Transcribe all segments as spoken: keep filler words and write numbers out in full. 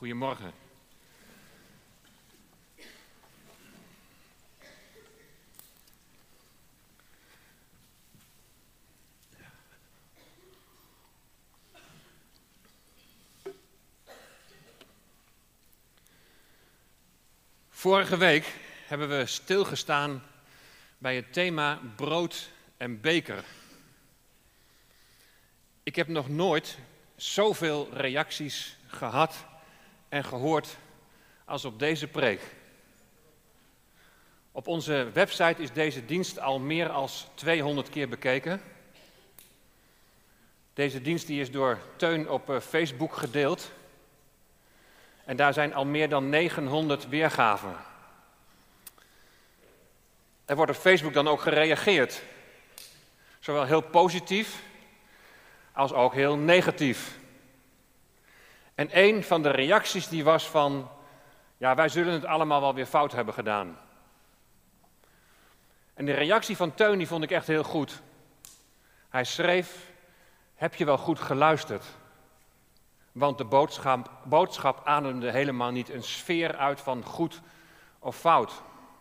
Goedemorgen. Vorige week hebben we stilgestaan bij het thema brood en beker. Ik heb nog nooit zoveel reacties gehad en gehoord als op deze preek. Op onze website is deze dienst al meer dan tweehonderd keer bekeken. Deze dienst die is door Teun op Facebook gedeeld. En daar zijn al meer dan negenhonderd weergaven. Er wordt op Facebook dan ook gereageerd. Zowel heel positief als ook heel negatief. En een van de reacties die was van, ja, wij zullen het allemaal wel weer fout hebben gedaan. En de reactie van Teun die vond ik echt heel goed. Hij schreef, heb je wel goed geluisterd? Want de boodschap, boodschap ademde helemaal niet een sfeer uit van goed of fout.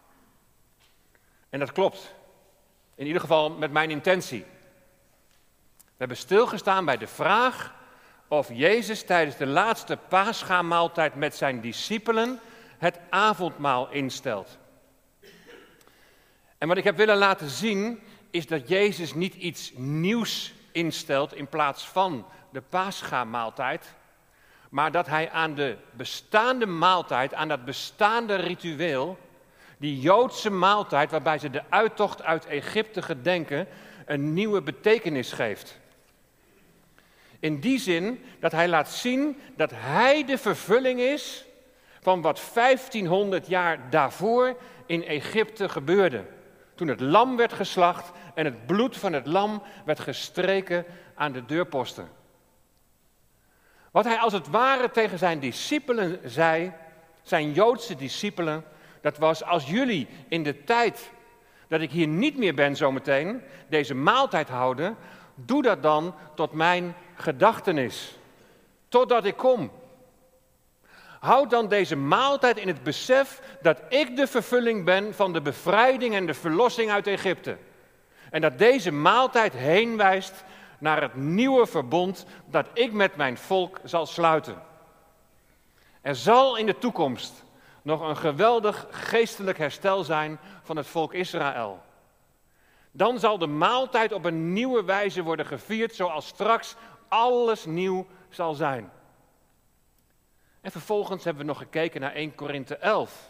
En dat klopt. In ieder geval met mijn intentie. We hebben stilgestaan bij de vraag of Jezus tijdens de laatste Paschamaaltijd met zijn discipelen het avondmaal instelt. En wat ik heb willen laten zien is dat Jezus niet iets nieuws instelt in plaats van de Paschamaaltijd, maar dat hij aan de bestaande maaltijd, aan dat bestaande ritueel, die Joodse maaltijd waarbij ze de uittocht uit Egypte gedenken, een nieuwe betekenis geeft. In die zin dat hij laat zien dat hij de vervulling is van wat vijftienhonderd jaar daarvoor in Egypte gebeurde. Toen het lam werd geslacht en het bloed van het lam werd gestreken aan de deurposten. Wat hij als het ware tegen zijn discipelen zei, zijn Joodse discipelen, dat was: als jullie in de tijd dat ik hier niet meer ben zometeen, deze maaltijd houden, doe dat dan tot mijn gedachtenis, totdat ik kom. Houd dan deze maaltijd in het besef dat ik de vervulling ben van de bevrijding en de verlossing uit Egypte. En dat deze maaltijd heen wijst naar het nieuwe verbond dat ik met mijn volk zal sluiten. Er zal in de toekomst nog een geweldig geestelijk herstel zijn van het volk Israël. Dan zal de maaltijd op een nieuwe wijze worden gevierd, zoals straks alles nieuw zal zijn. En vervolgens hebben we nog gekeken naar eerste Korinthe elf.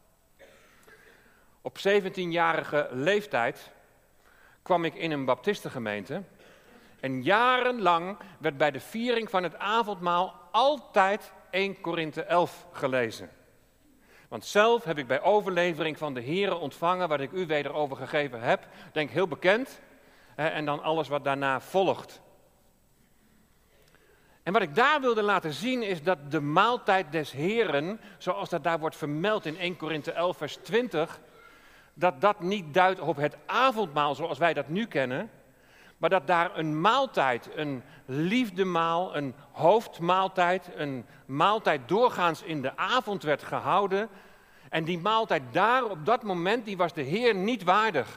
Op zeventienjarige leeftijd kwam ik in een baptistengemeente. En jarenlang werd bij de viering van het avondmaal altijd eerste Korinthe elf gelezen. Want zelf heb ik bij overlevering van de Here ontvangen wat ik u weder overgegeven heb. Denk heel bekend. En dan alles wat daarna volgt. En wat ik daar wilde laten zien is dat de maaltijd des Heren, zoals dat daar wordt vermeld in eerste Korinthe elf vers twintig, dat dat niet duidt op het avondmaal zoals wij dat nu kennen, maar dat daar een maaltijd, een liefdemaal, een hoofdmaaltijd, een maaltijd doorgaans in de avond werd gehouden. En die maaltijd daar op dat moment, die was de Heer niet waardig.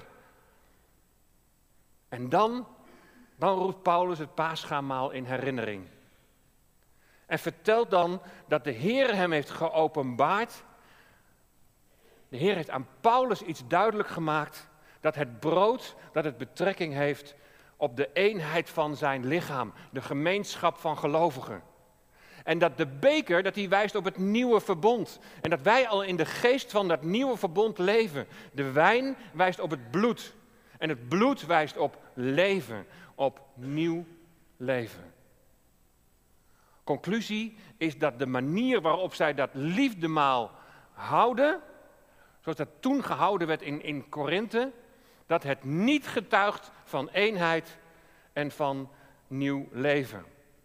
En dan, dan roept Paulus het Paschamaal in herinnering. En vertelt dan dat de Heer hem heeft geopenbaard. De Heer heeft aan Paulus iets duidelijk gemaakt, dat het brood, dat het betrekking heeft op de eenheid van zijn lichaam, de gemeenschap van gelovigen. En dat de beker, dat die wijst op het nieuwe verbond. En dat wij al in de geest van dat nieuwe verbond leven. De wijn wijst op het bloed. En het bloed wijst op leven, op nieuw leven. Conclusie is dat de manier waarop zij dat liefdemaal houden, zoals dat toen gehouden werd in, in Korinthe, dat het niet getuigt van eenheid en van nieuw leven.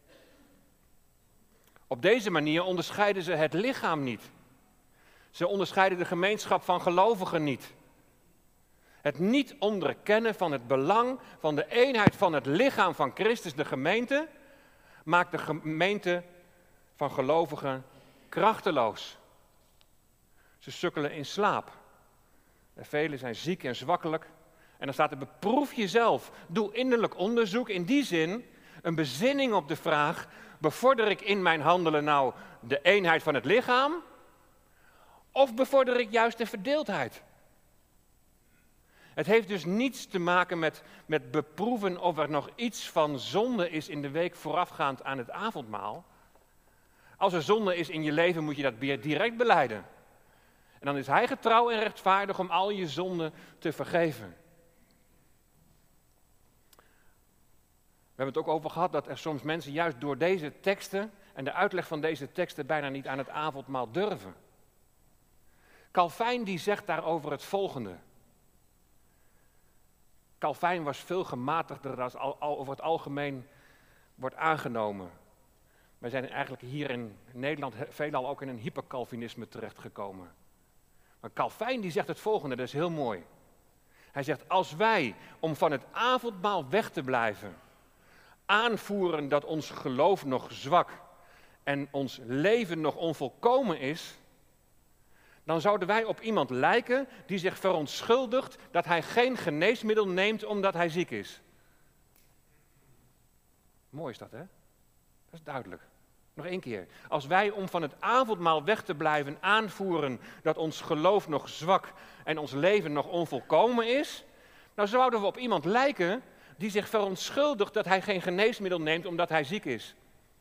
Op deze manier onderscheiden ze het lichaam niet. Ze onderscheiden de gemeenschap van gelovigen niet. Het niet onderkennen van het belang van de eenheid van het lichaam van Christus, de gemeente, maakt de gemeente van gelovigen krachteloos. Ze sukkelen in slaap. En velen zijn ziek en zwakkelijk. En dan staat er, beproef jezelf. Doe innerlijk onderzoek. In die zin een bezinning op de vraag, bevorder ik in mijn handelen nou de eenheid van het lichaam? Of bevorder ik juist de verdeeldheid? Het heeft dus niets te maken met, met beproeven of er nog iets van zonde is in de week voorafgaand aan het avondmaal. Als er zonde is in je leven, moet je dat direct belijden. En dan is hij getrouw en rechtvaardig om al je zonden te vergeven. We hebben het ook over gehad dat er soms mensen juist door deze teksten en de uitleg van deze teksten bijna niet aan het avondmaal durven. Calvijn die zegt daarover het volgende. Calvijn was veel gematigder dan al, al over het algemeen wordt aangenomen. Wij zijn eigenlijk hier in Nederland veelal ook in een hypercalvinisme terechtgekomen. Maar Calvijn die zegt het volgende, dat is heel mooi. Hij zegt, als wij om van het avondmaal weg te blijven aanvoeren dat ons geloof nog zwak en ons leven nog onvolkomen is, dan zouden wij op iemand lijken die zich verontschuldigt dat hij geen geneesmiddel neemt omdat hij ziek is. Mooi is dat, hè? Dat is duidelijk. Nog één keer. Als wij om van het avondmaal weg te blijven aanvoeren dat ons geloof nog zwak en ons leven nog onvolkomen is, dan zouden we op iemand lijken die zich verontschuldigt dat hij geen geneesmiddel neemt omdat hij ziek is.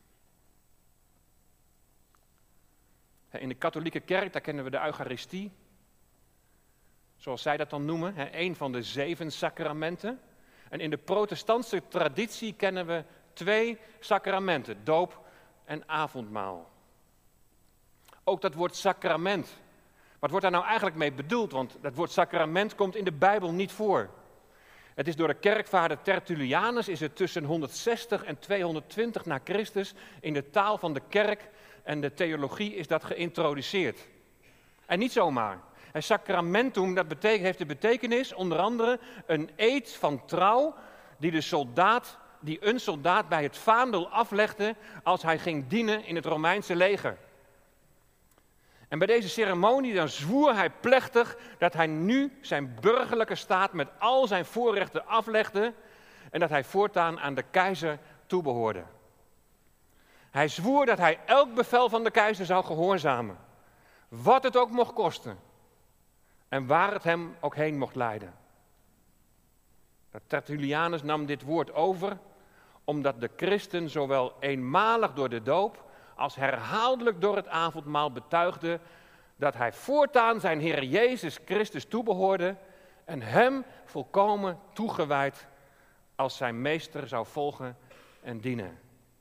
In de katholieke kerk, daar kennen we de Eucharistie, zoals zij dat dan noemen, een van de zeven sacramenten. En in de protestantse traditie kennen we twee sacramenten, doop en avondmaal. Ook dat woord sacrament, wat wordt daar nou eigenlijk mee bedoeld? Want dat woord sacrament komt in de Bijbel niet voor. Het is door de kerkvader Tertullianus, is het tussen honderdzestig en tweehonderdtwintig na Christus in de taal van de kerk en de theologie is dat geïntroduceerd. En niet zomaar. Het sacramentum, dat betekent, heeft de betekenis onder andere een eed van trouw die, de soldaat, die een soldaat bij het vaandel aflegde als hij ging dienen in het Romeinse leger. En bij deze ceremonie dan zwoer hij plechtig dat hij nu zijn burgerlijke staat met al zijn voorrechten aflegde en dat hij voortaan aan de keizer toebehoorde. Hij zwoer dat hij elk bevel van de keizer zou gehoorzamen, wat het ook mocht kosten en waar het hem ook heen mocht leiden. Tertullianus nam dit woord over omdat de christen zowel eenmalig door de doop als herhaaldelijk door het avondmaal betuigde dat hij voortaan zijn Heer Jezus Christus toebehoorde en hem volkomen toegewijd als zijn meester zou volgen en dienen.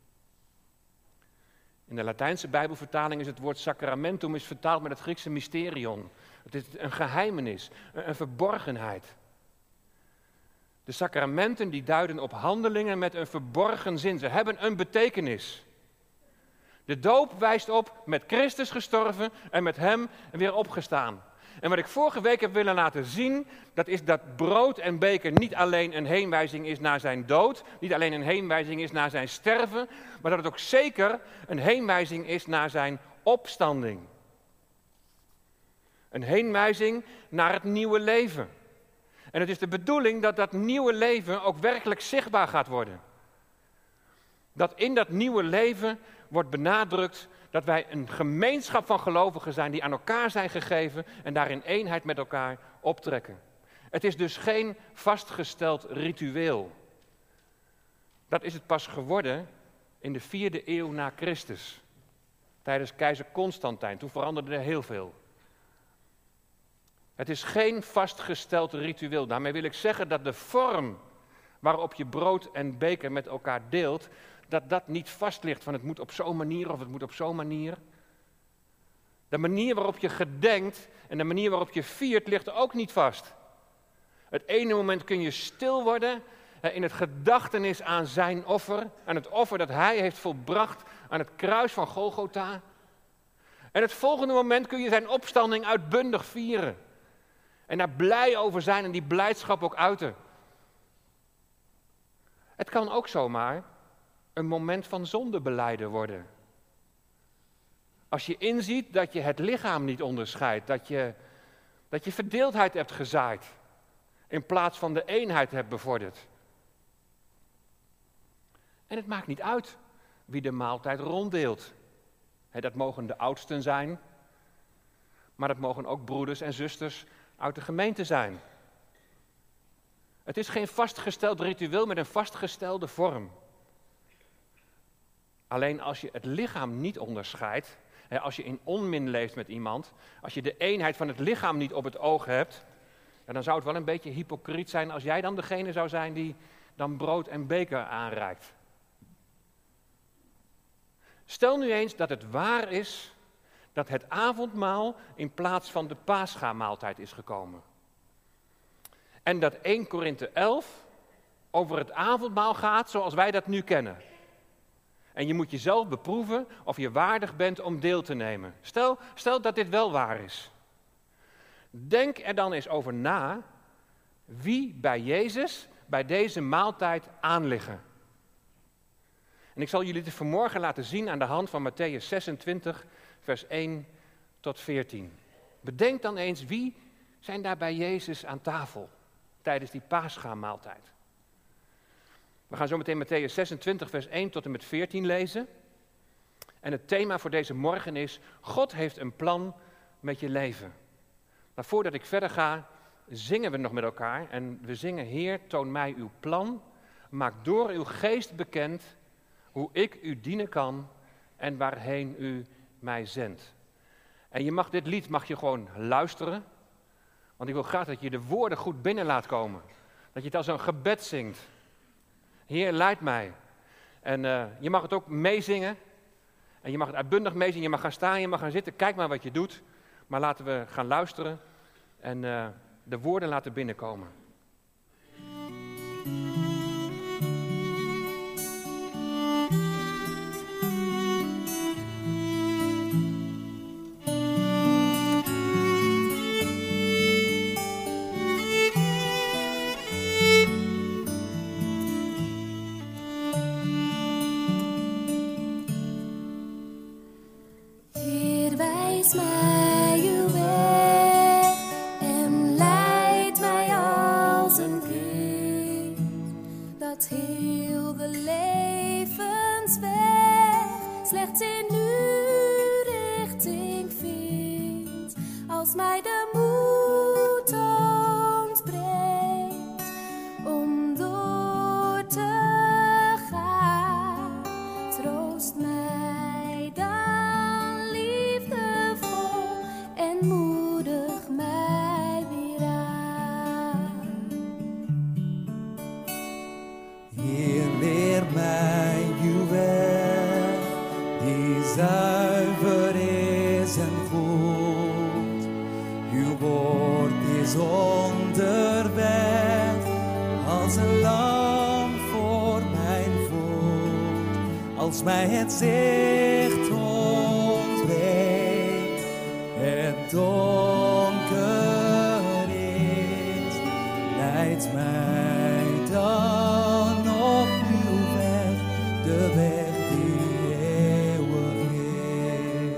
In de Latijnse Bijbelvertaling is het woord sacramentum is vertaald met het Griekse mysterion. Het is een geheimenis, een verborgenheid. De sacramenten die duiden op handelingen met een verborgen zin. Ze hebben een betekenis. De doop wijst op met Christus gestorven en met hem weer opgestaan. En wat ik vorige week heb willen laten zien, dat is dat brood en beker niet alleen een heenwijzing is naar zijn dood, niet alleen een heenwijzing is naar zijn sterven, maar dat het ook zeker een heenwijzing is naar zijn opstanding. Een heenwijzing naar het nieuwe leven. En het is de bedoeling dat dat nieuwe leven ook werkelijk zichtbaar gaat worden. Dat in dat nieuwe leven wordt benadrukt dat wij een gemeenschap van gelovigen zijn die aan elkaar zijn gegeven en daarin eenheid met elkaar optrekken. Het is dus geen vastgesteld ritueel. Dat is het pas geworden in de vierde eeuw na Christus. Tijdens keizer Constantijn, toen veranderde er heel veel. Het is geen vastgesteld ritueel. Daarmee wil ik zeggen dat de vorm waarop je brood en beker met elkaar deelt, dat dat niet vast ligt van het moet op zo'n manier of het moet op zo'n manier. De manier waarop je gedenkt en de manier waarop je viert ligt ook niet vast. Het ene moment kun je stil worden in het gedachtenis aan zijn offer, aan het offer dat hij heeft volbracht aan het kruis van Golgotha. En het volgende moment kun je zijn opstanding uitbundig vieren. En daar blij over zijn en die blijdschap ook uiten. Het kan ook zomaar een moment van zondebelijden worden. Als je inziet dat je het lichaam niet onderscheidt, dat je, dat je verdeeldheid hebt gezaaid, in plaats van de eenheid hebt bevorderd. En het maakt niet uit wie de maaltijd ronddeelt. He, dat mogen de oudsten zijn, maar dat mogen ook broeders en zusters uit de gemeente zijn. Het is geen vastgesteld ritueel met een vastgestelde vorm. Alleen als je het lichaam niet onderscheidt, he, als je in onmin leeft met iemand, als je de eenheid van het lichaam niet op het oog hebt, ja, dan zou het wel een beetje hypocriet zijn als jij dan degene zou zijn die dan brood en beker aanreikt. Stel nu eens dat het waar is dat het avondmaal in plaats van de Paschamaaltijd is gekomen. En dat eerste Korinthe elf over het avondmaal gaat zoals wij dat nu kennen. En je moet jezelf beproeven of je waardig bent om deel te nemen. Stel, stel dat dit wel waar is. Denk er dan eens over na wie bij Jezus bij deze maaltijd aanliggen. En ik zal jullie dit vanmorgen laten zien aan de hand van Mattheüs zesentwintig, vers één tot veertien. Bedenk dan eens wie zijn daar bij Jezus aan tafel tijdens die Paschamaaltijd. We gaan zo meteen Mattheüs zesentwintig, vers één tot en met veertien lezen. En het thema voor deze morgen is: God heeft een plan met je leven. Maar voordat ik verder ga, zingen we nog met elkaar. En we zingen: Heer, toon mij uw plan. Maak door uw geest bekend hoe ik u dienen kan en waarheen u mij zendt. En je mag dit lied mag je gewoon luisteren. Want ik wil graag dat je de woorden goed binnen laat komen. Dat je het als een gebed zingt. Heer, leid mij. En uh, je mag het ook meezingen. En je mag het uitbundig meezingen. Je mag gaan staan, je mag gaan zitten. Kijk maar wat je doet. Maar laten we gaan luisteren en uh, de woorden laten binnenkomen. Als mij het zicht ontbreekt, het donker is, leidt mij dan op uw weg, de weg die eeuwig is.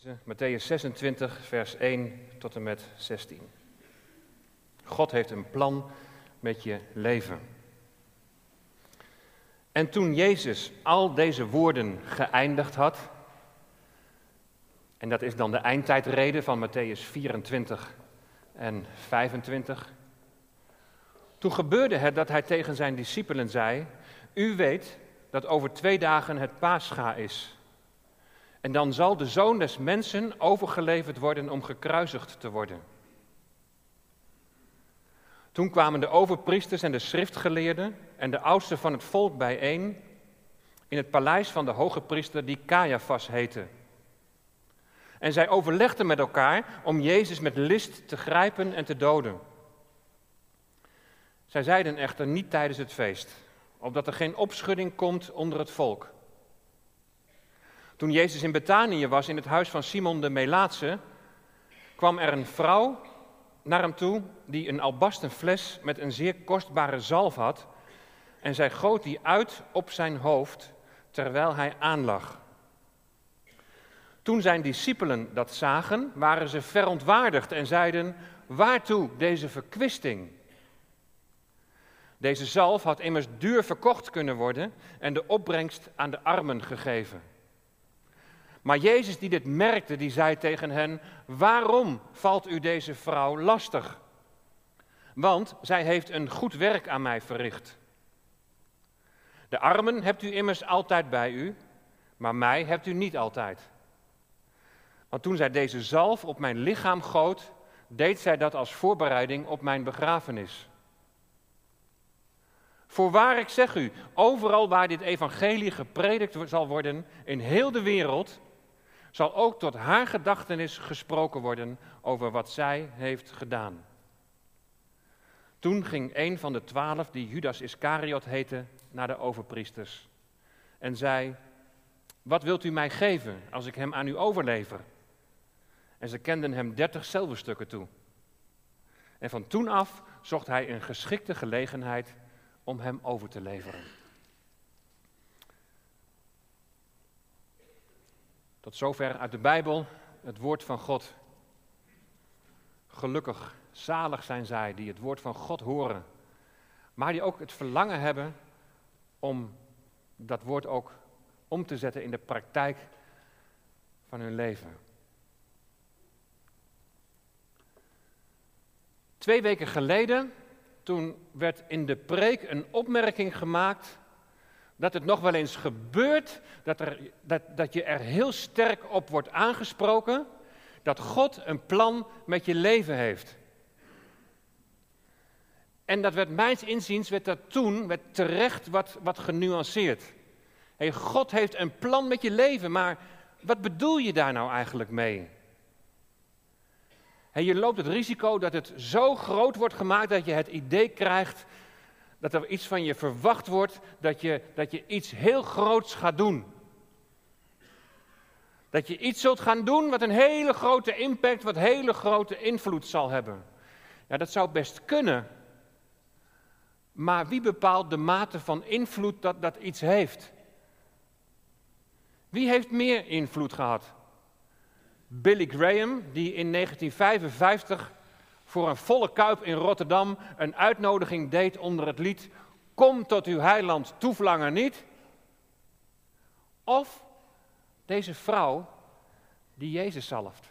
Mattheüs zesentwintig, vers één tot en met zestien. God heeft een plan met je leven. En toen Jezus al deze woorden geëindigd had, en dat is dan de eindtijdrede van Mattheüs vierentwintig en vijfentwintig. Toen gebeurde het dat hij tegen zijn discipelen zei: u weet dat over twee dagen het Pascha is. En dan zal de Zoon des Mensen overgeleverd worden om gekruisigd te worden. Toen kwamen de overpriesters en de schriftgeleerden en de oudsten van het volk bijeen in het paleis van de hoge priester die Caiaphas heette. En zij overlegden met elkaar om Jezus met list te grijpen en te doden. Zij zeiden echter niet tijdens het feest, opdat er geen opschudding komt onder het volk. Toen Jezus in Betanië was, in het huis van Simon de Melaatse, kwam er een vrouw naar hem toe die een albasten fles met een zeer kostbare zalf had, en zij goot die uit op zijn hoofd terwijl hij aanlag. Toen zijn discipelen dat zagen, waren ze verontwaardigd en zeiden: waartoe deze verkwisting? Deze zalf had immers duur verkocht kunnen worden en de opbrengst aan de armen gegeven. Maar Jezus die dit merkte, die zei tegen hen: waarom valt u deze vrouw lastig? Want zij heeft een goed werk aan mij verricht. De armen hebt u immers altijd bij u, maar mij hebt u niet altijd. Want toen zij deze zalf op mijn lichaam goot, deed zij dat als voorbereiding op mijn begrafenis. Voorwaar, ik zeg u, overal waar dit evangelie gepredikt zal worden, in heel de wereld, zal ook tot haar gedachtenis gesproken worden over wat zij heeft gedaan. Toen ging een van de twaalf, die Judas Iskariot heette, naar de overpriesters en zei: wat wilt u mij geven als ik hem aan u overlever? En ze kenden hem dertig zilverstukken toe. En van toen af zocht hij een geschikte gelegenheid om hem over te leveren. Tot zover uit de Bijbel, het woord van God. Gelukkig, zalig zijn zij die het woord van God horen, maar die ook het verlangen hebben om dat woord ook om te zetten in de praktijk van hun leven. Twee weken geleden, toen werd in de preek een opmerking gemaakt dat het nog wel eens gebeurt, dat, er, dat, dat je er heel sterk op wordt aangesproken, dat God een plan met je leven heeft. En dat werd mijns inziens, werd dat toen werd terecht wat, wat genuanceerd. Hey, God heeft een plan met je leven, maar wat bedoel je daar nou eigenlijk mee? Hey, je loopt het risico dat het zo groot wordt gemaakt dat je het idee krijgt dat er iets van je verwacht wordt, dat je, dat je iets heel groots gaat doen. Dat je iets zult gaan doen wat een hele grote impact, wat hele grote invloed zal hebben. Ja, dat zou best kunnen. Maar wie bepaalt de mate van invloed dat dat iets heeft? Wie heeft meer invloed gehad? Billy Graham, die in negentien vijfenvijftig voor een volle kuip in Rotterdam een uitnodiging deed onder het lied Kom tot uw heiland, toeflanger niet. Of deze vrouw die Jezus zalft.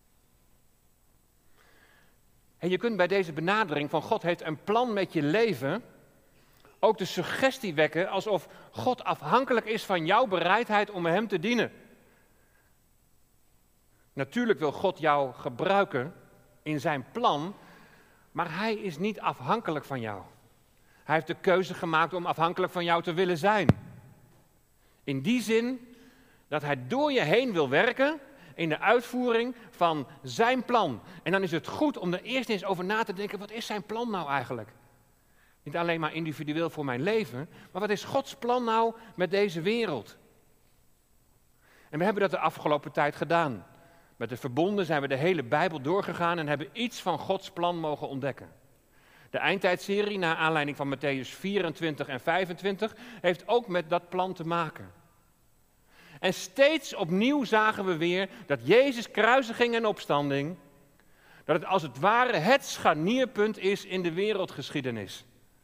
En je kunt bij deze benadering van God heeft een plan met je leven ook de suggestie wekken alsof God afhankelijk is van jouw bereidheid om hem te dienen. Natuurlijk wil God jou gebruiken in zijn plan, maar hij is niet afhankelijk van jou. Hij heeft de keuze gemaakt om afhankelijk van jou te willen zijn. In die zin dat hij door je heen wil werken in de uitvoering van zijn plan. En dan is het goed om er eerst eens over na te denken, wat is zijn plan nou eigenlijk? Niet alleen maar individueel voor mijn leven, maar wat is Gods plan nou met deze wereld? En we hebben dat de afgelopen tijd gedaan. Met de verbonden zijn we de hele Bijbel doorgegaan en hebben iets van Gods plan mogen ontdekken. De eindtijdserie, naar aanleiding van Mattheüs vierentwintig en vijfentwintig, heeft ook met dat plan te maken. En steeds opnieuw zagen we weer dat Jezus' kruisiging en opstanding, dat het als het ware het scharnierpunt is in de wereldgeschiedenis.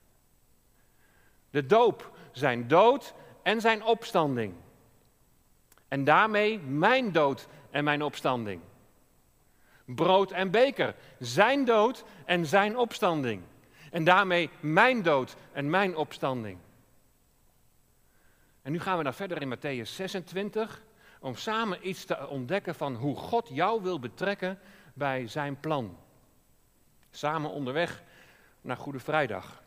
De doop, zijn dood en zijn opstanding. En daarmee mijn dood en mijn opstanding. Brood en beker, zijn dood en zijn opstanding. En daarmee mijn dood en mijn opstanding. En nu gaan we dan verder in Mattheüs zesentwintig, om samen iets te ontdekken van hoe God jou wil betrekken bij zijn plan. Samen onderweg naar Goede Vrijdag.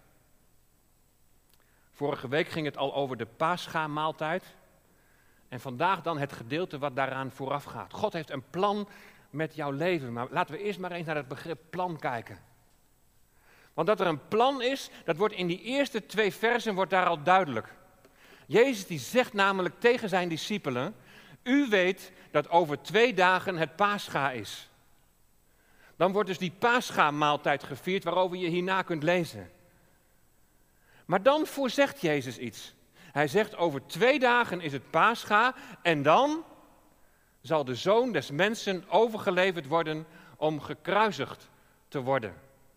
Vorige week ging het al over de Pascha-maaltijd. En vandaag dan het gedeelte wat daaraan vooraf gaat. God heeft een plan met jouw leven. Maar laten we eerst maar eens naar het begrip plan kijken. Want dat er een plan is, dat wordt in die eerste twee versen wordt daar al duidelijk. Jezus die zegt namelijk tegen zijn discipelen: u weet dat over twee dagen het Pascha is. Dan wordt dus die Pascha-maaltijd gevierd waarover je hierna kunt lezen. Maar dan voorzegt Jezus iets. Hij zegt over twee dagen is het Pascha en dan zal de Zoon des Mensen overgeleverd worden om gekruisigd te worden.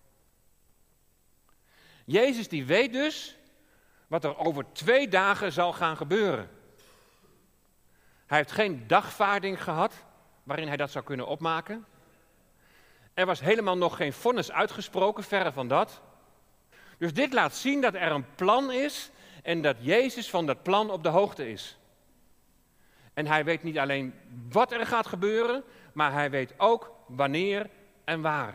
Jezus die weet dus wat er over twee dagen zal gaan gebeuren. Hij heeft geen dagvaarding gehad waarin hij dat zou kunnen opmaken. Er was helemaal nog geen vonnis uitgesproken, verre van dat. Dus dit laat zien dat er een plan is en dat Jezus van dat plan op de hoogte is. En hij weet niet alleen wat er gaat gebeuren, maar hij weet ook wanneer en waar.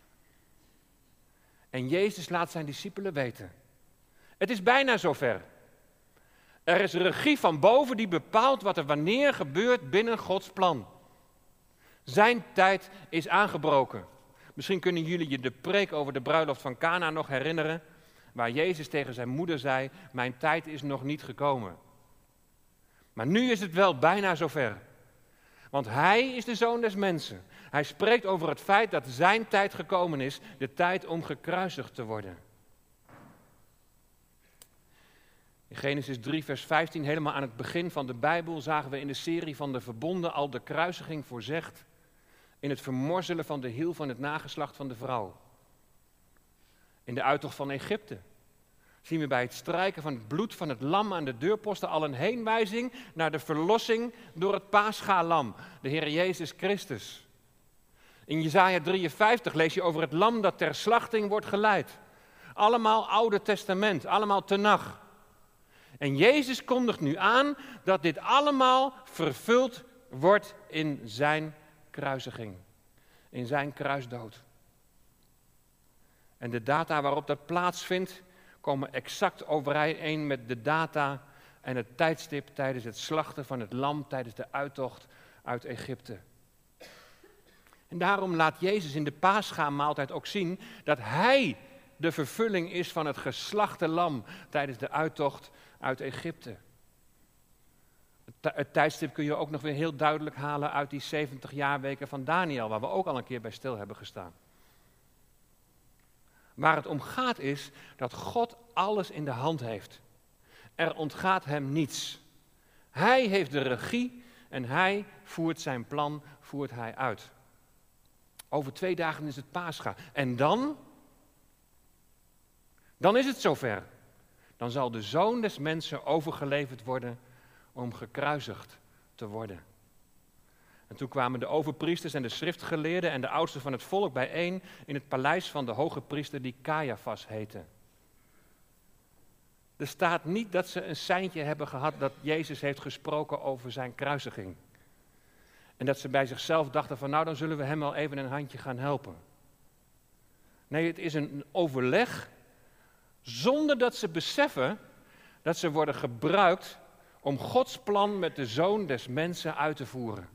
En Jezus laat zijn discipelen weten. Het is bijna zover. Er is regie van boven die bepaalt wat er wanneer gebeurt binnen Gods plan. Zijn tijd is aangebroken. Misschien kunnen jullie je de preek over de bruiloft van Kana nog herinneren, waar Jezus tegen zijn moeder zei: mijn tijd is nog niet gekomen. Maar nu is het wel bijna zover. Want hij is de Zoon des Mensen. Hij spreekt over het feit dat zijn tijd gekomen is, de tijd om gekruisigd te worden. In Genesis drie vers vijftien, helemaal aan het begin van de Bijbel, zagen we in de serie van de verbonden al de kruisiging voorzegd in het vermorzelen van de hiel van het nageslacht van de vrouw. In de uittocht van Egypte zien we bij het strijken van het bloed van het lam aan de deurposten al een heenwijzing naar de verlossing door het Pascha-lam, de Heer Jezus Christus. In Jesaja drieënvijftig lees je over het lam dat ter slachting wordt geleid. Allemaal Oude Testament, allemaal Tenach. En Jezus kondigt nu aan dat dit allemaal vervuld wordt in zijn kruisiging, in zijn kruisdood. En de data waarop dat plaatsvindt, komen exact overeen met de data en het tijdstip tijdens het slachten van het lam tijdens de uittocht uit Egypte. En daarom laat Jezus in de Pascha-maaltijd ook zien dat hij de vervulling is van het geslachte lam tijdens de uittocht uit Egypte. Het tijdstip kun je ook nog weer heel duidelijk halen uit die zeventig jaarweken van Daniel, waar we ook al een keer bij stil hebben gestaan. Waar het om gaat is dat God alles in de hand heeft. Er ontgaat hem niets. Hij heeft de regie en hij voert zijn plan, voert hij uit. Over twee dagen is het Pascha. En dan? Dan is het zover. Dan zal de Zoon des Mensen overgeleverd worden om gekruisigd te worden. En toen kwamen de overpriesters en de schriftgeleerden en de oudsten van het volk bijeen in het paleis van de hoge priester die Caiaphas heette. Er staat niet dat ze een seintje hebben gehad dat Jezus heeft gesproken over zijn kruisiging. En dat ze bij zichzelf dachten van nou dan zullen we hem wel even een handje gaan helpen. Nee, het is een overleg zonder dat ze beseffen dat ze worden gebruikt om Gods plan met de Zoon des Mensen uit te voeren.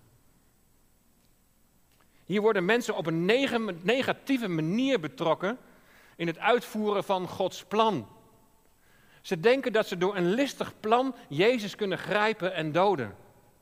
Hier worden mensen op een negatieve manier betrokken in het uitvoeren van Gods plan. Ze denken dat ze door een listig plan Jezus kunnen grijpen en doden.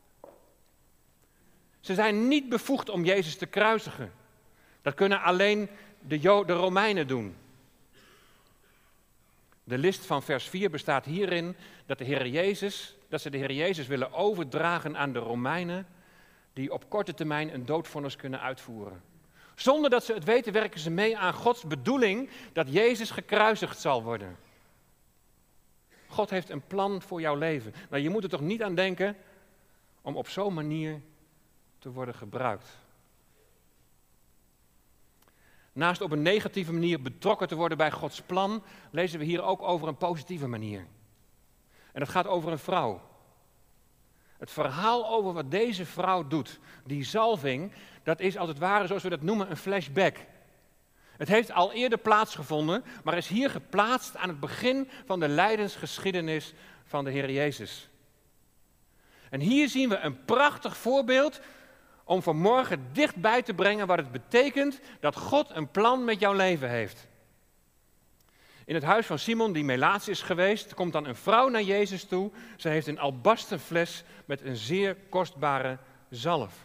Ze zijn niet bevoegd om Jezus te kruisigen. Dat kunnen alleen de, Jo- de Romeinen doen. De list van vers vier bestaat hierin dat, de Heer Jezus, dat ze de Heer Jezus willen overdragen aan de Romeinen, die op korte termijn een doodvonnis kunnen uitvoeren. Zonder dat ze het weten, werken ze mee aan Gods bedoeling dat Jezus gekruisigd zal worden. God heeft een plan voor jouw leven. Nou, je moet er toch niet aan denken om op zo'n manier te worden gebruikt. Naast op een negatieve manier betrokken te worden bij Gods plan, lezen we hier ook over een positieve manier. En dat gaat over een vrouw. Het verhaal over wat deze vrouw doet, die zalving, dat is als het ware, zoals we dat noemen, een flashback. Het heeft al eerder plaatsgevonden, maar is hier geplaatst aan het begin van de lijdensgeschiedenis van de Heer Jezus. En hier zien we een prachtig voorbeeld om vanmorgen dichtbij te brengen wat het betekent dat God een plan met jouw leven heeft. In het huis van Simon, die melaats is geweest, komt dan een vrouw naar Jezus toe. Ze heeft een albasten fles met een zeer kostbare zalf.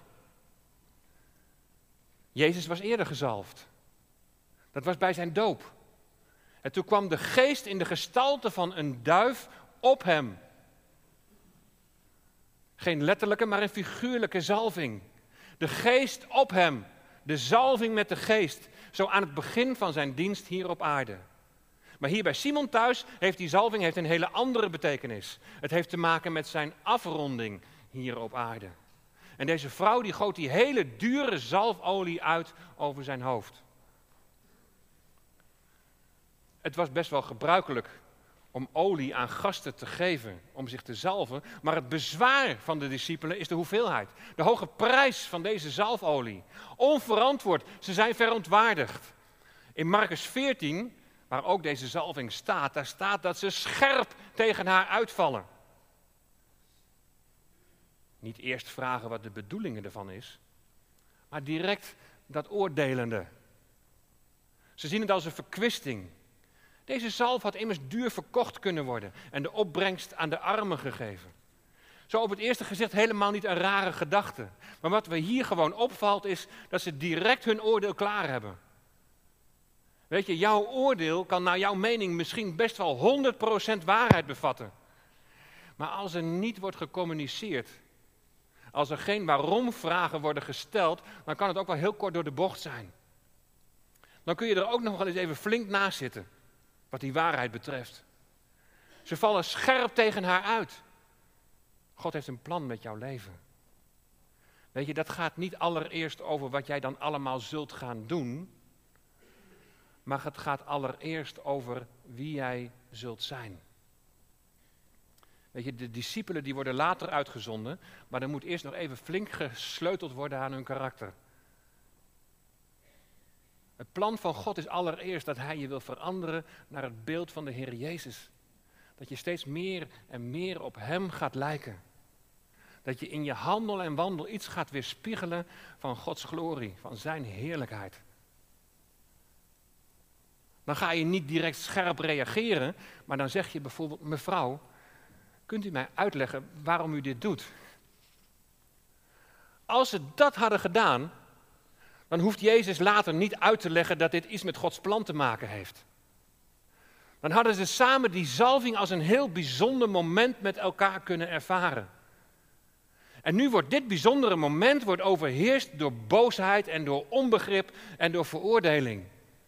Jezus was eerder gezalfd. Dat was bij zijn doop. En toen kwam de geest in de gestalte van een duif op hem. Geen letterlijke, maar een figuurlijke zalving. De geest op hem. De zalving met de geest. Zo aan het begin van zijn dienst hier op aarde. Maar hier bij Simon thuis heeft die zalving heeft een hele andere betekenis. Het heeft te maken met zijn afronding hier op aarde. En deze vrouw die goot die hele dure zalfolie uit over zijn hoofd. Het was best wel gebruikelijk om olie aan gasten te geven, om zich te zalven. Maar het bezwaar van de discipelen is de hoeveelheid. De hoge prijs van deze zalfolie. Onverantwoord, ze zijn verontwaardigd. In Marcus veertien, waar ook deze zalving staat, daar staat dat ze scherp tegen haar uitvallen. Niet eerst vragen wat de bedoeling ervan is, maar direct dat oordelende. Ze zien het als een verkwisting. Deze zalf had immers duur verkocht kunnen worden en de opbrengst aan de armen gegeven. Zo op het eerste gezicht helemaal niet een rare gedachte. Maar wat we hier gewoon opvalt is dat ze direct hun oordeel klaar hebben. Weet je, jouw oordeel kan naar jouw mening misschien best wel honderd procent waarheid bevatten. Maar als er niet wordt gecommuniceerd, als er geen waarom-vragen worden gesteld, dan kan het ook wel heel kort door de bocht zijn. Dan kun je er ook nog wel eens even flink naast zitten, wat die waarheid betreft. Ze vallen scherp tegen haar uit. God heeft een plan met jouw leven. Weet je, dat gaat niet allereerst over wat jij dan allemaal zult gaan doen, maar het gaat allereerst over wie jij zult zijn. Weet je, de discipelen die worden later uitgezonden, maar er moet eerst nog even flink gesleuteld worden aan hun karakter. Het plan van God is allereerst dat Hij je wil veranderen naar het beeld van de Heer Jezus. Dat je steeds meer en meer op Hem gaat lijken. Dat je in je handel en wandel iets gaat weerspiegelen van Gods glorie, van Zijn heerlijkheid. Dan ga je niet direct scherp reageren, maar dan zeg je bijvoorbeeld: mevrouw, kunt u mij uitleggen waarom u dit doet? Als ze dat hadden gedaan, dan hoeft Jezus later niet uit te leggen dat dit iets met Gods plan te maken heeft. Dan hadden ze samen die zalving als een heel bijzonder moment met elkaar kunnen ervaren. En nu wordt dit bijzondere moment wordt overheerst door boosheid en door onbegrip en door veroordeling.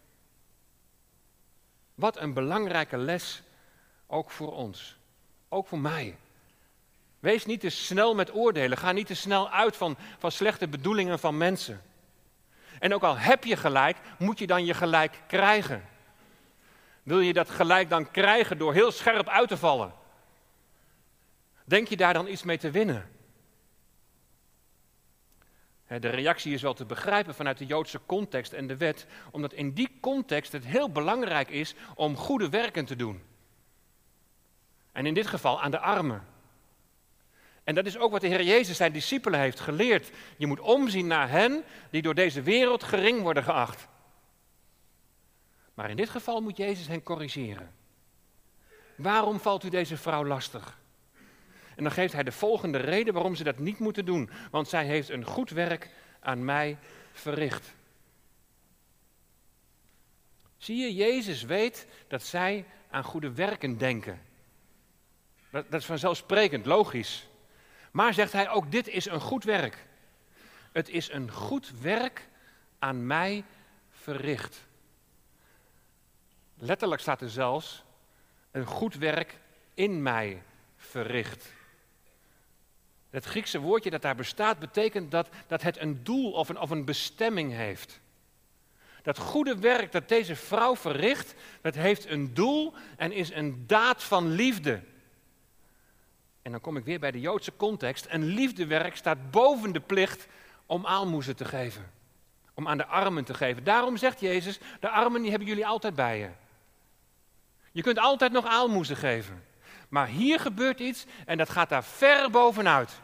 Wat een belangrijke les, ook voor ons. Ook voor mij. Wees niet te snel met oordelen. Ga niet te snel uit van, van slechte bedoelingen van mensen. En ook al heb je gelijk, moet je dan je gelijk krijgen. Wil je dat gelijk dan krijgen door heel scherp uit te vallen? Denk je daar dan iets mee te winnen? De reactie is wel te begrijpen vanuit de Joodse context en de wet, omdat in die context het heel belangrijk is om goede werken te doen. En in dit geval aan de armen. En dat is ook wat de Heer Jezus zijn discipelen heeft geleerd. Je moet omzien naar hen die door deze wereld gering worden geacht. Maar in dit geval moet Jezus hen corrigeren. Waarom valt u deze vrouw lastig? En dan geeft hij de volgende reden waarom ze dat niet moeten doen. Want zij heeft een goed werk aan mij verricht. Zie je, Jezus weet dat zij aan goede werken denken. Dat, dat is vanzelfsprekend, logisch. Maar zegt hij, ook dit is een goed werk. Het is een goed werk aan mij verricht. Letterlijk staat er zelfs, een goed werk in mij verricht. Het Griekse woordje dat daar bestaat betekent dat, dat het een doel of een, of een bestemming heeft. Dat goede werk dat deze vrouw verricht, dat heeft een doel en is een daad van liefde. En dan kom ik weer bij de Joodse context. Een liefdewerk staat boven de plicht om aalmoezen te geven. Om aan de armen te geven. Daarom zegt Jezus, de armen die hebben jullie altijd bij je. Je kunt altijd nog aalmoezen geven. Maar hier gebeurt iets en dat gaat daar ver bovenuit.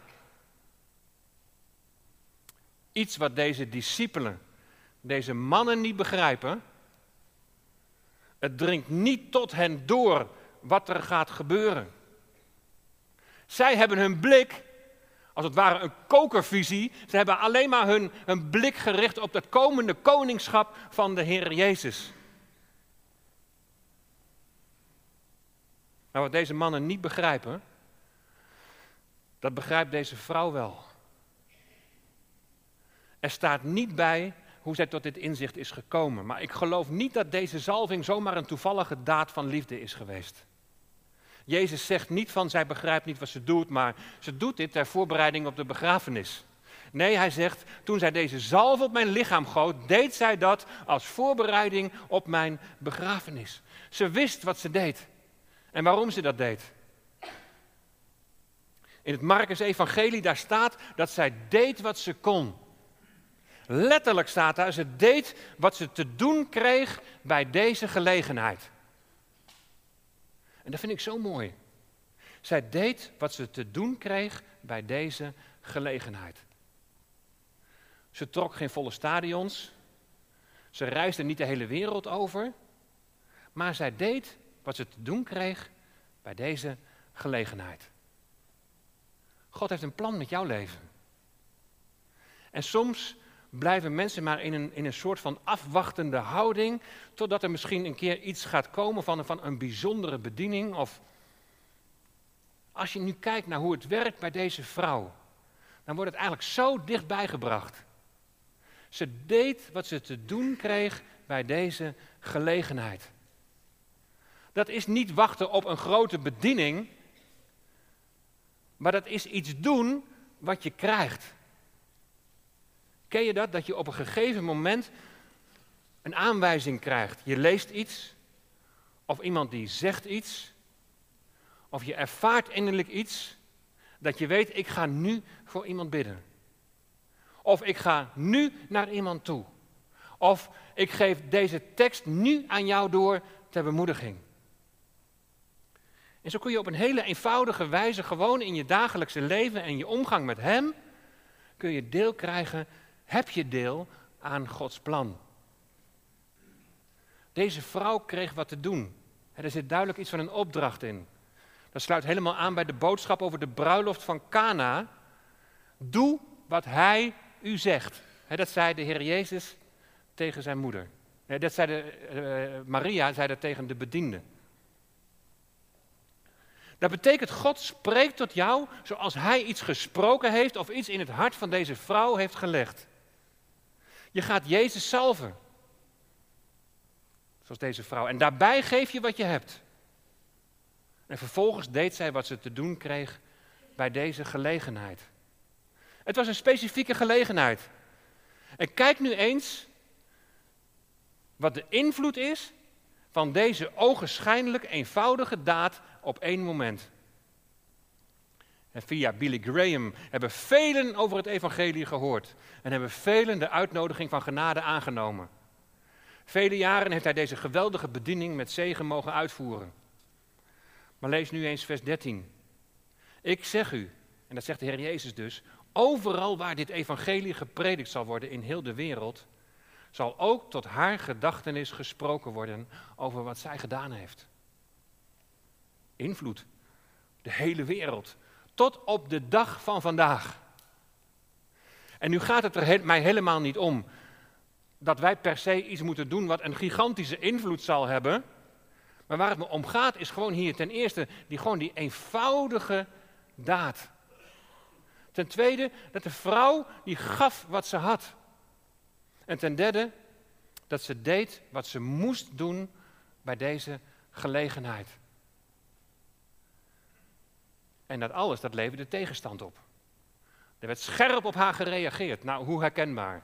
Iets wat deze discipelen, deze mannen niet begrijpen. Het dringt niet tot hen door wat er gaat gebeuren. Zij hebben hun blik, als het ware een kokervisie. Ze hebben alleen maar hun, hun blik gericht op het komende koningschap van de Heer Jezus. Maar wat deze mannen niet begrijpen, dat begrijpt deze vrouw wel. Er staat niet bij hoe zij tot dit inzicht is gekomen. Maar ik geloof niet dat deze zalving zomaar een toevallige daad van liefde is geweest. Jezus zegt niet van, zij begrijpt niet wat ze doet, maar ze doet dit ter voorbereiding op de begrafenis. Nee, hij zegt, toen zij deze zalf op mijn lichaam goot, deed zij dat als voorbereiding op mijn begrafenis. Ze wist wat ze deed en waarom ze dat deed. In het Markus-evangelie, daar staat dat zij deed wat ze kon. Letterlijk staat daar, ze deed wat ze te doen kreeg bij deze gelegenheid. En dat vind ik zo mooi. Zij deed wat ze te doen kreeg bij deze gelegenheid. Ze trok geen volle stadions. Ze reisde niet de hele wereld over. Maar zij deed wat ze te doen kreeg bij deze gelegenheid. God heeft een plan met jouw leven. En soms blijven mensen maar in een, in een soort van afwachtende houding, totdat er misschien een keer iets gaat komen van, van een bijzondere bediening. Of als je nu kijkt naar hoe het werkt bij deze vrouw, dan wordt het eigenlijk zo dichtbij gebracht. Ze deed wat ze te doen kreeg bij deze gelegenheid. Dat is niet wachten op een grote bediening, maar dat is iets doen wat je krijgt. Ken je dat? Dat je op een gegeven moment een aanwijzing krijgt. Je leest iets, of iemand die zegt iets, of je ervaart innerlijk iets, dat je weet, ik ga nu voor iemand bidden. Of ik ga nu naar iemand toe. Of ik geef deze tekst nu aan jou door ter bemoediging. En zo kun je op een hele eenvoudige wijze gewoon in je dagelijkse leven en je omgang met Hem, kun je deel krijgen, heb je deel aan Gods plan. Deze vrouw kreeg wat te doen. Er zit duidelijk iets van een opdracht in. Dat sluit helemaal aan bij de boodschap over de bruiloft van Kana. Doe wat Hij u zegt. Dat zei de Heer Jezus tegen zijn moeder. Dat zei de, uh, Maria zei dat tegen de bediende. Dat betekent, God spreekt tot jou zoals Hij iets gesproken heeft of iets in het hart van deze vrouw heeft gelegd. Je gaat Jezus salven. Zoals deze vrouw. En daarbij geef je wat je hebt. En vervolgens deed zij wat ze te doen kreeg bij deze gelegenheid. Het was een specifieke gelegenheid. En kijk nu eens wat de invloed is van deze ogenschijnlijk eenvoudige daad op één moment. En via Billy Graham hebben velen over het evangelie gehoord en hebben velen de uitnodiging van genade aangenomen. Vele jaren heeft hij deze geweldige bediening met zegen mogen uitvoeren. Maar lees nu eens vers dertien. Ik zeg u, en dat zegt de Heer Jezus dus, overal waar dit evangelie gepredikt zal worden in heel de wereld, zal ook tot haar gedachtenis gesproken worden over wat zij gedaan heeft. Invloed. De hele wereld. Tot op de dag van vandaag. En nu gaat het er mij helemaal niet om dat wij per se iets moeten doen wat een gigantische invloed zal hebben. Maar waar het me om gaat is gewoon hier ten eerste die, gewoon die eenvoudige daad. Ten tweede dat de vrouw die gaf wat ze had. En ten derde dat ze deed wat ze moest doen bij deze gelegenheid. En dat alles, dat leverde tegenstand op. Er werd scherp op haar gereageerd. Nou, hoe herkenbaar.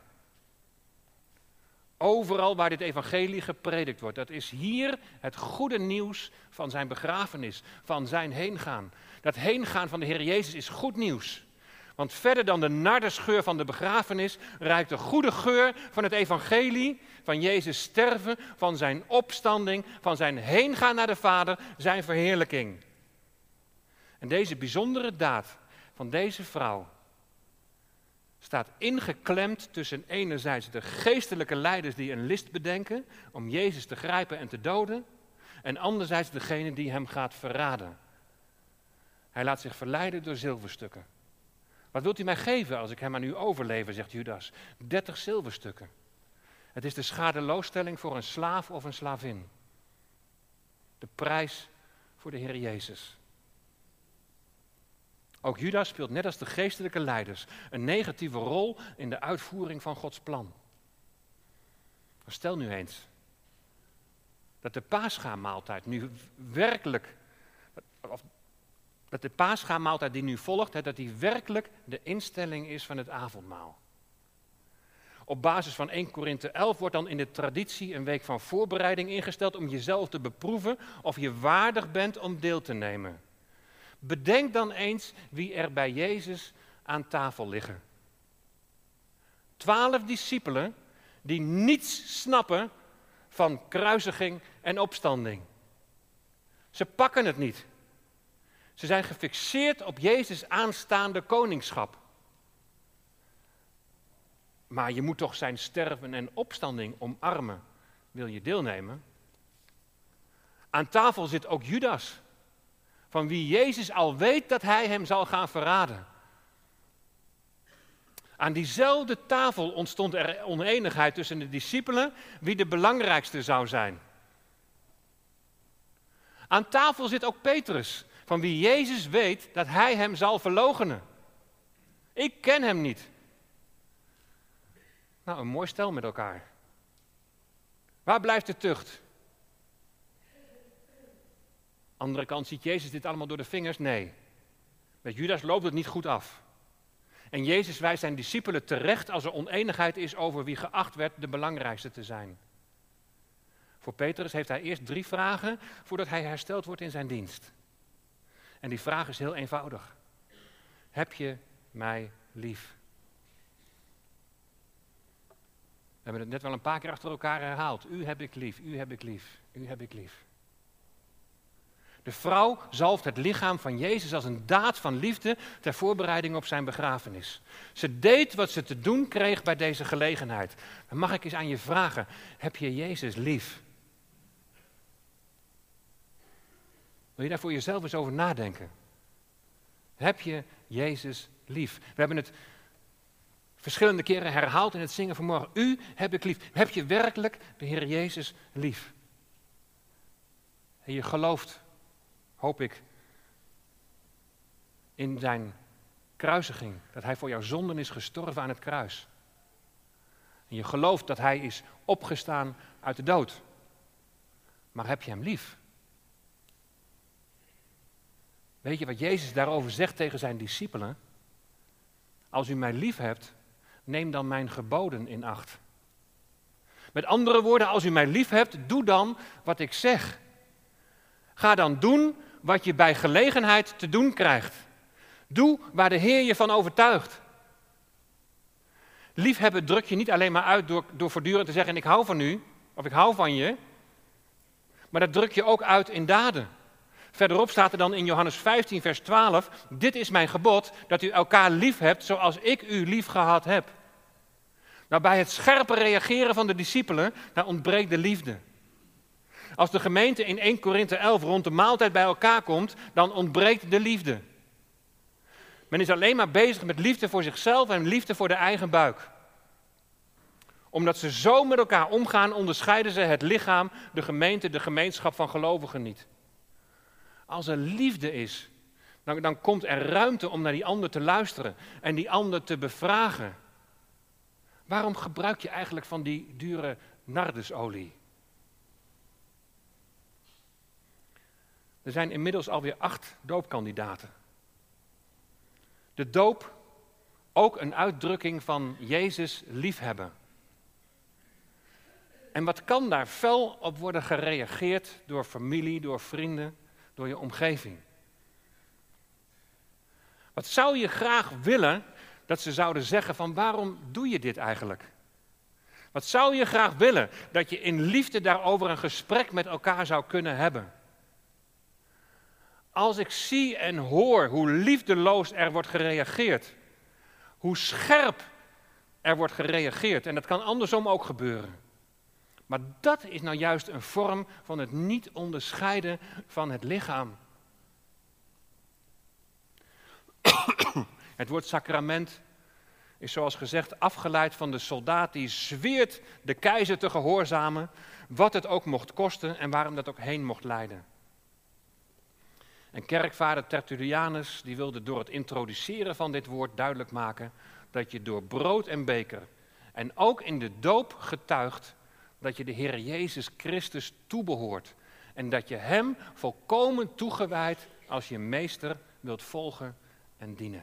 Overal waar dit evangelie gepredikt wordt. Dat is hier het goede nieuws van zijn begrafenis, van zijn heengaan. Dat heengaan van de Heer Jezus is goed nieuws. Want verder dan de nardesgeur van de begrafenis ruikt de goede geur van het evangelie, van Jezus sterven, van zijn opstanding, van zijn heengaan naar de Vader, zijn verheerlijking. En deze bijzondere daad van deze vrouw staat ingeklemd tussen enerzijds de geestelijke leiders die een list bedenken om Jezus te grijpen en te doden, en anderzijds degene die hem gaat verraden. Hij laat zich verleiden door zilverstukken. Wat wilt u mij geven als ik hem aan u overlever, zegt Judas. Dertig zilverstukken. Het is de schadeloosstelling voor een slaaf of een slavin. De prijs voor de Heer Jezus. Ook Judas speelt net als de geestelijke leiders een negatieve rol in de uitvoering van Gods plan. Maar stel nu eens dat de Paschamaaltijd nu werkelijk, of dat de Paschamaaltijd die nu volgt, hè, dat die werkelijk de instelling is van het avondmaal. Op basis van Eerste Korinthe elf wordt dan in de traditie een week van voorbereiding ingesteld om jezelf te beproeven of je waardig bent om deel te nemen. Bedenk dan eens wie er bij Jezus aan tafel liggen. Twaalf discipelen die niets snappen van kruisiging en opstanding. Ze pakken het niet. Ze zijn gefixeerd op Jezus' aanstaande koningschap. Maar je moet toch zijn sterven en opstanding omarmen. Wil je deelnemen? Aan tafel zit ook Judas, van wie Jezus al weet dat hij hem zal gaan verraden. Aan diezelfde tafel ontstond er oneenigheid tussen de discipelen wie de belangrijkste zou zijn. Aan tafel zit ook Petrus, van wie Jezus weet dat hij hem zal verloochenen. Ik ken hem niet. Nou, een mooi stel met elkaar. Waar blijft de tucht? Andere kant ziet Jezus dit allemaal door de vingers? Nee. Met Judas loopt het niet goed af. En Jezus wijst zijn discipelen terecht als er oneenigheid is over wie geacht werd de belangrijkste te zijn. Voor Petrus heeft hij eerst drie vragen voordat hij hersteld wordt in zijn dienst. En die vraag is heel eenvoudig. Heb je mij lief? We hebben het net wel een paar keer achter elkaar herhaald. U heb ik lief, u heb ik lief, u heb ik lief. De vrouw zalft het lichaam van Jezus als een daad van liefde ter voorbereiding op zijn begrafenis. Ze deed wat ze te doen kreeg bij deze gelegenheid. Dan mag ik eens aan je vragen, heb je Jezus lief? Wil je daar voor jezelf eens over nadenken? Heb je Jezus lief? We hebben het verschillende keren herhaald in het zingen vanmorgen. U heb ik lief. Heb je werkelijk de Heer Jezus lief? En je gelooft, hoop ik, in zijn kruisiging. Dat hij voor jouw zonden is gestorven aan het kruis. En je gelooft dat hij is opgestaan uit de dood. Maar heb je hem lief? Weet je wat Jezus daarover zegt tegen zijn discipelen? Als u mij lief hebt, neem dan mijn geboden in acht. Met andere woorden, als u mij lief hebt, doe dan wat ik zeg. Ga dan doen wat je bij gelegenheid te doen krijgt. Doe waar de Heer je van overtuigt. Liefhebben druk je niet alleen maar uit door, door voortdurend te zeggen ik hou van u, of ik hou van je. Maar dat druk je ook uit in daden. Verderop staat er dan in Johannes vijftien vers twaalf, dit is mijn gebod, dat u elkaar lief hebt zoals ik u lief gehad heb. Nou, bij het scherpe reageren van de discipelen, daar ontbreekt de liefde. Als de gemeente in Eerste Korinthe elf rond de maaltijd bij elkaar komt, dan ontbreekt de liefde. Men is alleen maar bezig met liefde voor zichzelf en liefde voor de eigen buik. Omdat ze zo met elkaar omgaan, onderscheiden ze het lichaam, de gemeente, de gemeenschap van gelovigen niet. Als er liefde is, dan, dan komt er ruimte om naar die ander te luisteren en die ander te bevragen. Waarom gebruik je eigenlijk van die dure nardusolie? Er zijn inmiddels alweer acht doopkandidaten. De doop, ook een uitdrukking van Jezus liefhebben. En wat kan daar fel op worden gereageerd door familie, door vrienden, door je omgeving? Wat zou je graag willen dat ze zouden zeggen van waarom doe je dit eigenlijk? Wat zou je graag willen dat je in liefde daarover een gesprek met elkaar zou kunnen hebben? Als ik zie en hoor hoe liefdeloos er wordt gereageerd, hoe scherp er wordt gereageerd, en dat kan andersom ook gebeuren. Maar dat is nou juist een vorm van het niet onderscheiden van het lichaam. Het woord sacrament is zoals gezegd afgeleid van de soldaat die zweert de keizer te gehoorzamen, wat het ook mocht kosten en waarom dat ook heen mocht leiden. En kerkvader Tertullianus die wilde door het introduceren van dit woord duidelijk maken dat je door brood en beker en ook in de doop getuigt dat je de Heer Jezus Christus toebehoort en dat je Hem volkomen toegewijd als je meester wilt volgen en dienen.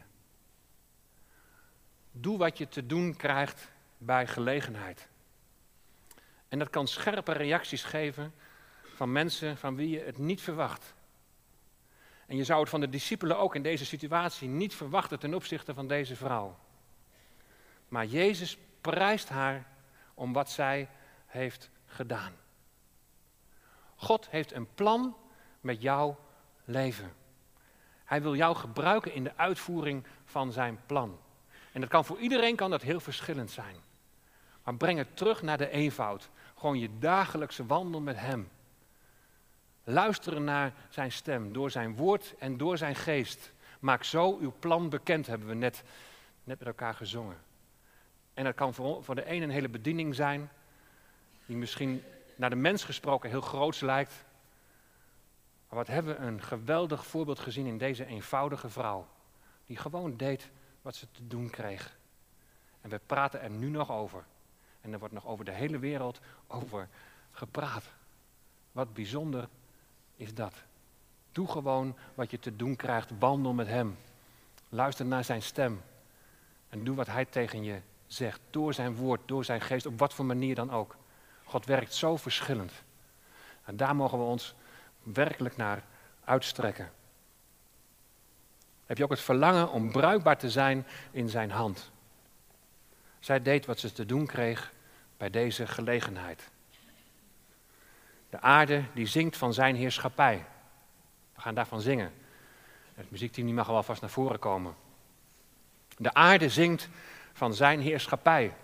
Doe wat je te doen krijgt bij gelegenheid. En dat kan scherpe reacties geven van mensen van wie je het niet verwacht. En je zou het van de discipelen ook in deze situatie niet verwachten ten opzichte van deze vrouw. Maar Jezus prijst haar om wat zij heeft gedaan. God heeft een plan met jouw leven. Hij wil jou gebruiken in de uitvoering van zijn plan. En dat kan voor iedereen kan dat heel verschillend zijn. Maar breng het terug naar de eenvoud. Gewoon je dagelijkse wandel met Hem. Luisteren naar zijn stem, door zijn woord en door zijn geest. Maak zo uw plan bekend, hebben we net, net met elkaar gezongen. En dat kan voor, voor de een een hele bediening zijn, die misschien naar de mens gesproken heel groots lijkt. Maar wat hebben we een geweldig voorbeeld gezien in deze eenvoudige vrouw. Die gewoon deed wat ze te doen kreeg. En we praten er nu nog over. En er wordt nog over de hele wereld over gepraat. Wat bijzonder is dat. Doe gewoon wat je te doen krijgt. Wandel met Hem. Luister naar zijn stem. En doe wat Hij tegen je zegt. Door zijn woord, door zijn geest, op wat voor manier dan ook. God werkt zo verschillend. En daar mogen we ons werkelijk naar uitstrekken. Heb je ook het verlangen om bruikbaar te zijn in zijn hand. Zij deed wat ze te doen kreeg bij deze gelegenheid. De aarde die zingt van zijn heerschappij. We gaan daarvan zingen. Het muziekteam die mag al vast naar voren komen. De aarde zingt van zijn heerschappij.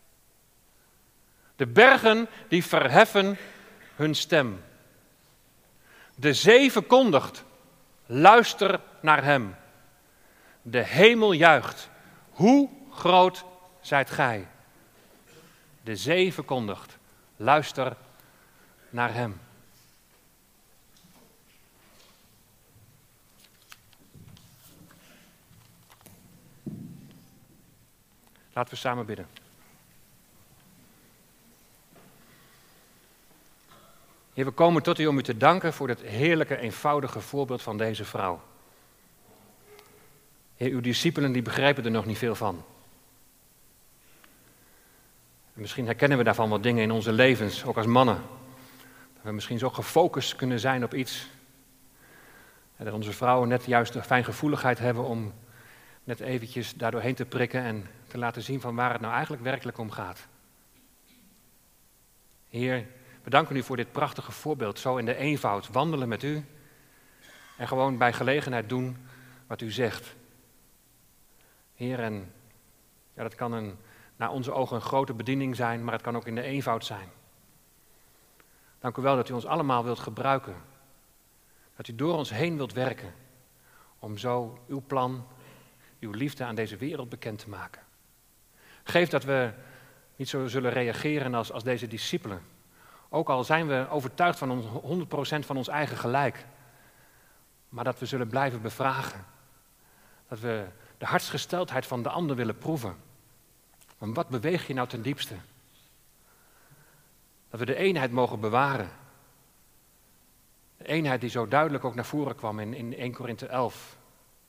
De bergen die verheffen hun stem. De zee verkondigt, luister naar hem. De hemel juicht, hoe groot zijt gij. De zee verkondigt, luister naar hem. Laten we samen bidden. Heer, we komen tot u om u te danken voor dit heerlijke, eenvoudige voorbeeld van deze vrouw. Heer, uw discipelen die begrijpen er nog niet veel van. En misschien herkennen we daarvan wat dingen in onze levens, ook als mannen. Dat we misschien zo gefocust kunnen zijn op iets. En dat onze vrouwen net juist de fijngevoeligheid hebben om net eventjes daardoorheen te prikken en te laten zien van waar het nou eigenlijk werkelijk om gaat. Heer, we danken u voor dit prachtige voorbeeld, zo in de eenvoud, wandelen met u en gewoon bij gelegenheid doen wat u zegt. Heer, en ja, dat kan een, naar onze ogen een grote bediening zijn, maar het kan ook in de eenvoud zijn. Dank u wel dat u ons allemaal wilt gebruiken, dat u door ons heen wilt werken, om zo uw plan, uw liefde aan deze wereld bekend te maken. Geef dat we niet zo zullen reageren als, als deze discipelen. Ook al zijn we overtuigd van ons, honderd procent van ons eigen gelijk. Maar dat we zullen blijven bevragen. Dat we de hartsgesteldheid van de ander willen proeven. Maar wat beweeg je nou ten diepste? Dat we de eenheid mogen bewaren. De eenheid die zo duidelijk ook naar voren kwam in, in Eerste Korinthe elf.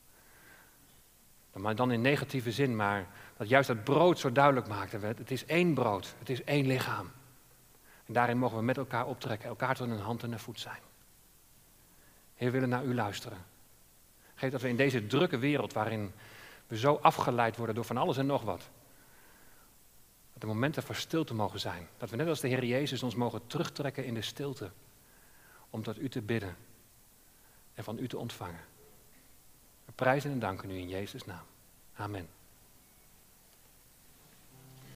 Maar dan in negatieve zin, maar dat juist het brood zo duidelijk maakte. Het is één brood, het is één lichaam. En daarin mogen we met elkaar optrekken, elkaar tot een hand en een voet zijn. Heer, we willen naar u luisteren. Geef dat we in deze drukke wereld, waarin we zo afgeleid worden door van alles en nog wat, dat er momenten voor stilte mogen zijn. Dat we net als de Heer Jezus ons mogen terugtrekken in de stilte. Om tot u te bidden en van u te ontvangen. We prijzen en danken u in Jezus' naam. Amen.